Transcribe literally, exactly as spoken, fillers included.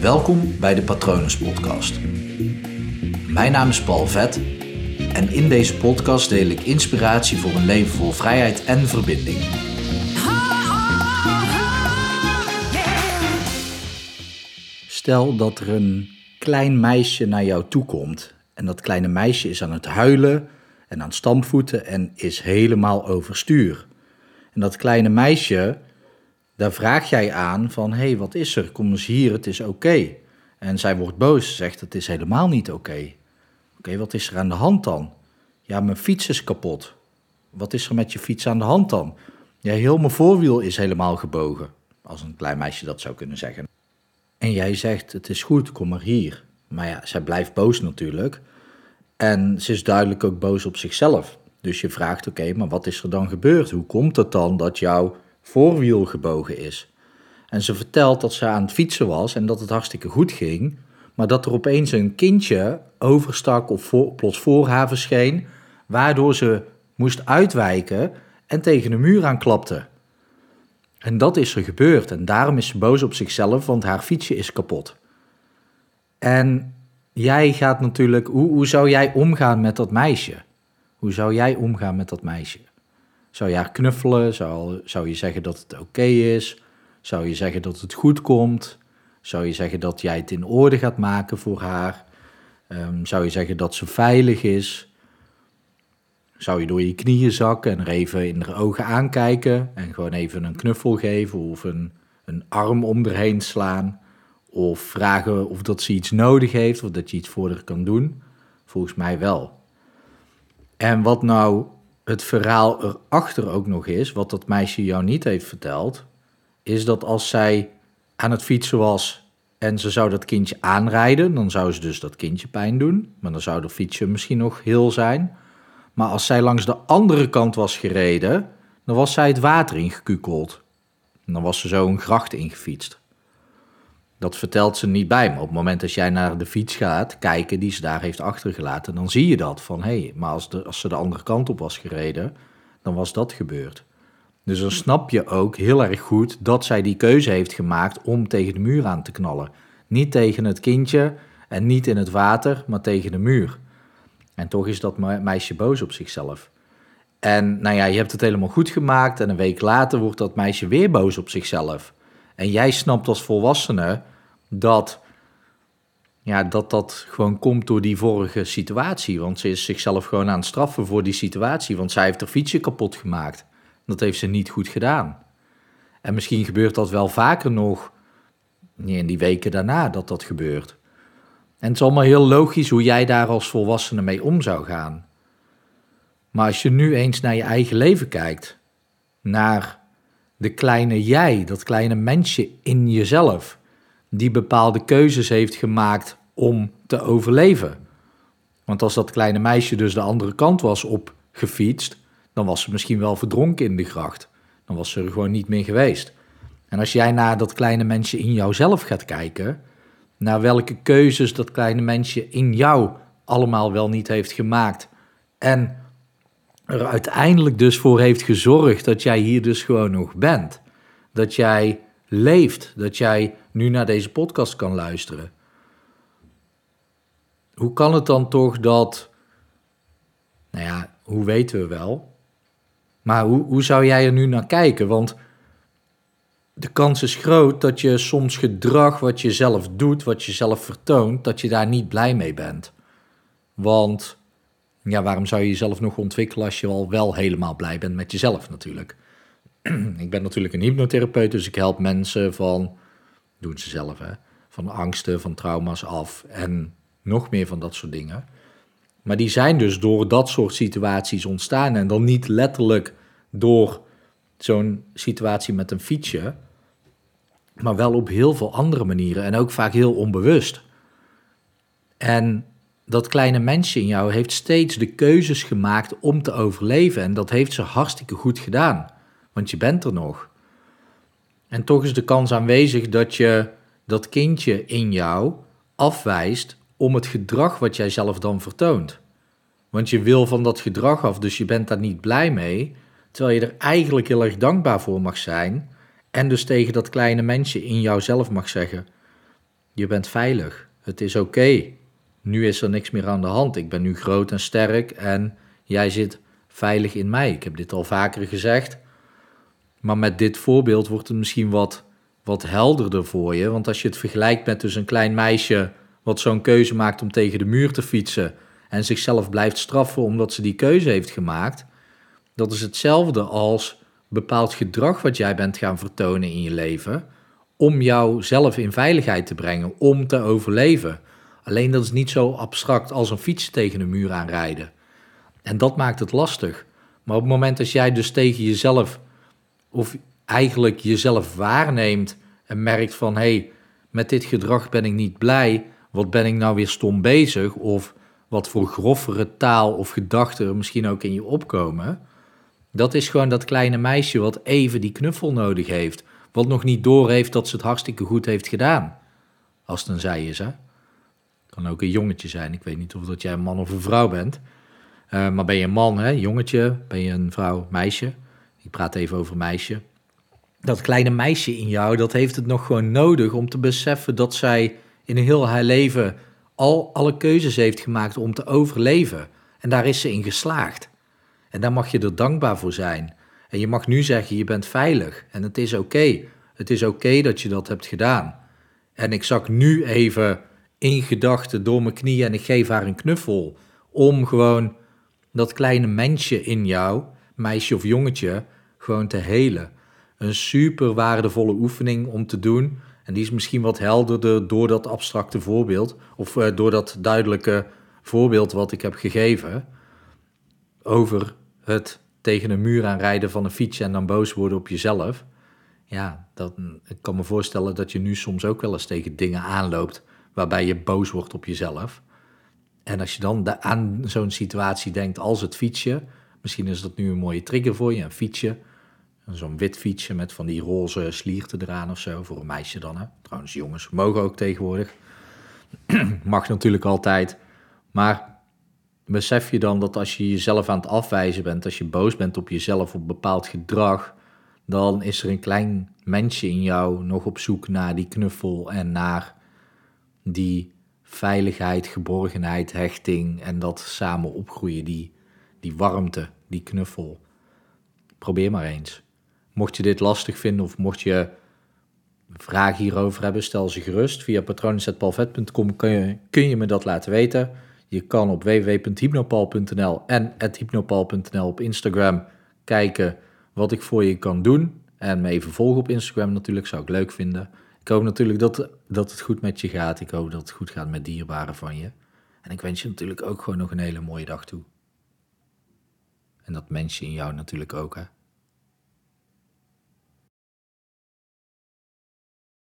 Welkom bij de Patronus Podcast. Mijn naam is Paul Vet en in deze podcast deel ik inspiratie voor een leven vol vrijheid en verbinding. Stel dat er een klein meisje naar jou toe komt en dat kleine meisje is aan het huilen en aan het stampvoeten en is helemaal overstuur. En dat kleine meisje, daar vraag jij aan van, hé, hey, wat is er? Kom eens hier, het is oké. Okay. En zij wordt boos, zegt, het is helemaal niet oké. Okay. Oké, okay, wat is er aan de hand dan? Ja, mijn fiets is kapot. Wat is er met je fiets aan de hand dan? Ja, heel mijn voorwiel is helemaal gebogen. Als een klein meisje dat zou kunnen zeggen. En jij zegt, het is goed, kom maar hier. Maar ja, zij blijft boos natuurlijk. En ze is duidelijk ook boos op zichzelf. Dus je vraagt, oké, okay, maar wat is er dan gebeurd? Hoe komt het dan dat jouw voorwiel gebogen is? En ze vertelt dat ze aan het fietsen was en dat het hartstikke goed ging, maar dat er opeens een kindje overstak of voor, plots voor haar verscheen, waardoor ze moest uitwijken en tegen de muur aanklapte. En dat is er gebeurd en daarom is ze boos op zichzelf, want haar fietsje is kapot. En jij gaat natuurlijk, hoe, hoe zou jij omgaan met dat meisje? Hoe zou jij omgaan met dat meisje? Zou je haar knuffelen? Zou, zou je zeggen dat het oké okay is? Zou je zeggen dat het goed komt? Zou je zeggen dat jij het in orde gaat maken voor haar? Um, zou je zeggen dat ze veilig is? Zou je door je knieën zakken en er even in haar ogen aankijken en gewoon even een knuffel geven of een, een arm om haar heen slaan? Of vragen of dat ze iets nodig heeft of dat je iets voor haar kan doen? Volgens mij wel. En wat nou het verhaal erachter ook nog is, wat dat meisje jou niet heeft verteld, is dat als zij aan het fietsen was en ze zou dat kindje aanrijden, dan zou ze dus dat kindje pijn doen, maar dan zou de fietsje misschien nog heel zijn. Maar als zij langs de andere kant was gereden, dan was zij het water ingekukeld. En dan was ze zo een gracht ingefietst. Dat vertelt ze niet bij, maar op het moment dat jij naar de fiets gaat kijken die ze daar heeft achtergelaten, dan zie je dat van, hé, hey, maar als, de, als ze de andere kant op was gereden, dan was dat gebeurd. Dus dan snap je ook heel erg goed dat zij die keuze heeft gemaakt om tegen de muur aan te knallen. Niet tegen het kindje en niet in het water, maar tegen de muur. En toch is dat meisje boos op zichzelf. En nou ja, je hebt het helemaal goed gemaakt en een week later wordt dat meisje weer boos op zichzelf. En jij snapt als volwassene dat, ja, dat dat gewoon komt door die vorige situatie. Want ze is zichzelf gewoon aan het straffen voor die situatie. Want zij heeft haar fietsje kapot gemaakt. Dat heeft ze niet goed gedaan. En misschien gebeurt dat wel vaker nog in die weken daarna dat dat gebeurt. En het is allemaal heel logisch hoe jij daar als volwassene mee om zou gaan. Maar als je nu eens naar je eigen leven kijkt, naar de kleine jij, dat kleine mensje in jezelf, die bepaalde keuzes heeft gemaakt om te overleven. Want als dat kleine meisje dus de andere kant was op gefietst, dan was ze misschien wel verdronken in de gracht. Dan was ze er gewoon niet meer geweest. En als jij naar dat kleine mensje in jouzelf gaat kijken, naar welke keuzes dat kleine mensje in jou allemaal wel niet heeft gemaakt en er uiteindelijk dus voor heeft gezorgd dat jij hier dus gewoon nog bent. Dat jij leeft, dat jij nu naar deze podcast kan luisteren. Hoe kan het dan toch dat, nou ja, hoe weten we wel, maar hoe, hoe zou jij er nu naar kijken? Want de kans is groot dat je soms gedrag wat je zelf doet, wat je zelf vertoont, dat je daar niet blij mee bent. Want ja, waarom zou je jezelf nog ontwikkelen als je al wel helemaal blij bent met jezelf natuurlijk? Ik ben natuurlijk een hypnotherapeut, dus ik help mensen van, doen ze zelf hè, van angsten, van trauma's af en nog meer van dat soort dingen. Maar die zijn dus door dat soort situaties ontstaan en dan niet letterlijk door zo'n situatie met een fietsje, maar wel op heel veel andere manieren en ook vaak heel onbewust. En dat kleine mensje in jou heeft steeds de keuzes gemaakt om te overleven en dat heeft ze hartstikke goed gedaan, want je bent er nog. En toch is de kans aanwezig dat je dat kindje in jou afwijst om het gedrag wat jij zelf dan vertoont. Want je wil van dat gedrag af, dus je bent daar niet blij mee, terwijl je er eigenlijk heel erg dankbaar voor mag zijn en dus tegen dat kleine mensje in jouzelf mag zeggen, Je bent veilig. Het is oké. Nu is er niks meer aan de hand. Ik ben nu groot en sterk en jij zit veilig in mij. Ik heb dit al vaker gezegd. Maar met dit voorbeeld wordt het misschien wat, wat helderder voor je. Want als je het vergelijkt met dus een klein meisje wat zo'n keuze maakt om tegen de muur te fietsen en zichzelf blijft straffen omdat ze die keuze heeft gemaakt, dat is hetzelfde als bepaald gedrag wat jij bent gaan vertonen in je leven om jouzelf in veiligheid te brengen, om te overleven. Alleen dat is niet zo abstract als een fiets tegen een muur aanrijden. En dat maakt het lastig. Maar op het moment dat jij dus tegen jezelf, of eigenlijk jezelf waarneemt en merkt van, hé, hey, met dit gedrag ben ik niet blij, wat ben ik nou weer stom bezig, of wat voor groffere taal of gedachten er misschien ook in je opkomen, dat is gewoon dat kleine meisje wat even die knuffel nodig heeft, wat nog niet doorheeft dat ze het hartstikke goed heeft gedaan. Als het een zij is, hè. Kan ook een jongetje zijn, ik weet niet of dat jij een man of een vrouw bent. Uh, maar ben je een man, hè, jongetje, ben je een vrouw, meisje. Ik praat even over meisje. Dat kleine meisje in jou, dat heeft het nog gewoon nodig om te beseffen dat zij in heel haar leven al alle keuzes heeft gemaakt om te overleven. En daar is ze in geslaagd. En daar mag je er dankbaar voor zijn. En je mag nu zeggen, je bent veilig. En het is oké. Okay. Het is oké okay dat je dat hebt gedaan. En ik zak nu even in gedachten door mijn knieën en ik geef haar een knuffel om gewoon dat kleine mensje in jou, meisje of jongetje, gewoon te helen. Een super waardevolle oefening om te doen. En die is misschien wat helderder door dat abstracte voorbeeld, of uh, door dat duidelijke voorbeeld wat ik heb gegeven, over het tegen een muur aanrijden van een fietsje en dan boos worden op jezelf. Ja, dat, ik kan me voorstellen dat je nu soms ook wel eens tegen dingen aanloopt waarbij je boos wordt op jezelf. En als je dan de, aan zo'n situatie denkt als het fietsje, misschien is dat nu een mooie trigger voor je, een fietsje, zo'n wit fietsje met van die roze slierten eraan of zo, voor een meisje dan. Hè? Trouwens, jongens mogen ook tegenwoordig. Mag natuurlijk altijd. Maar besef je dan dat als je jezelf aan het afwijzen bent, als je boos bent op jezelf, op bepaald gedrag, dan is er een klein mensje in jou nog op zoek naar die knuffel en naar die veiligheid, geborgenheid, hechting en dat samen opgroeien, die, die warmte, die knuffel. Probeer maar eens. Mocht je dit lastig vinden of mocht je vragen hierover hebben, stel ze gerust. Via patronen apenstaartje paul vet punt com kun je, kun je me dat laten weten. Je kan op w w w punt hypnopal punt n l en at hypnopal punt n l op Instagram kijken wat ik voor je kan doen. En me even volgen op Instagram natuurlijk, zou ik leuk vinden. Ik hoop natuurlijk dat, dat het goed met je gaat. Ik hoop dat het goed gaat met dierbaren van je. En ik wens je natuurlijk ook gewoon nog een hele mooie dag toe. En dat mensje in jou natuurlijk ook, hè.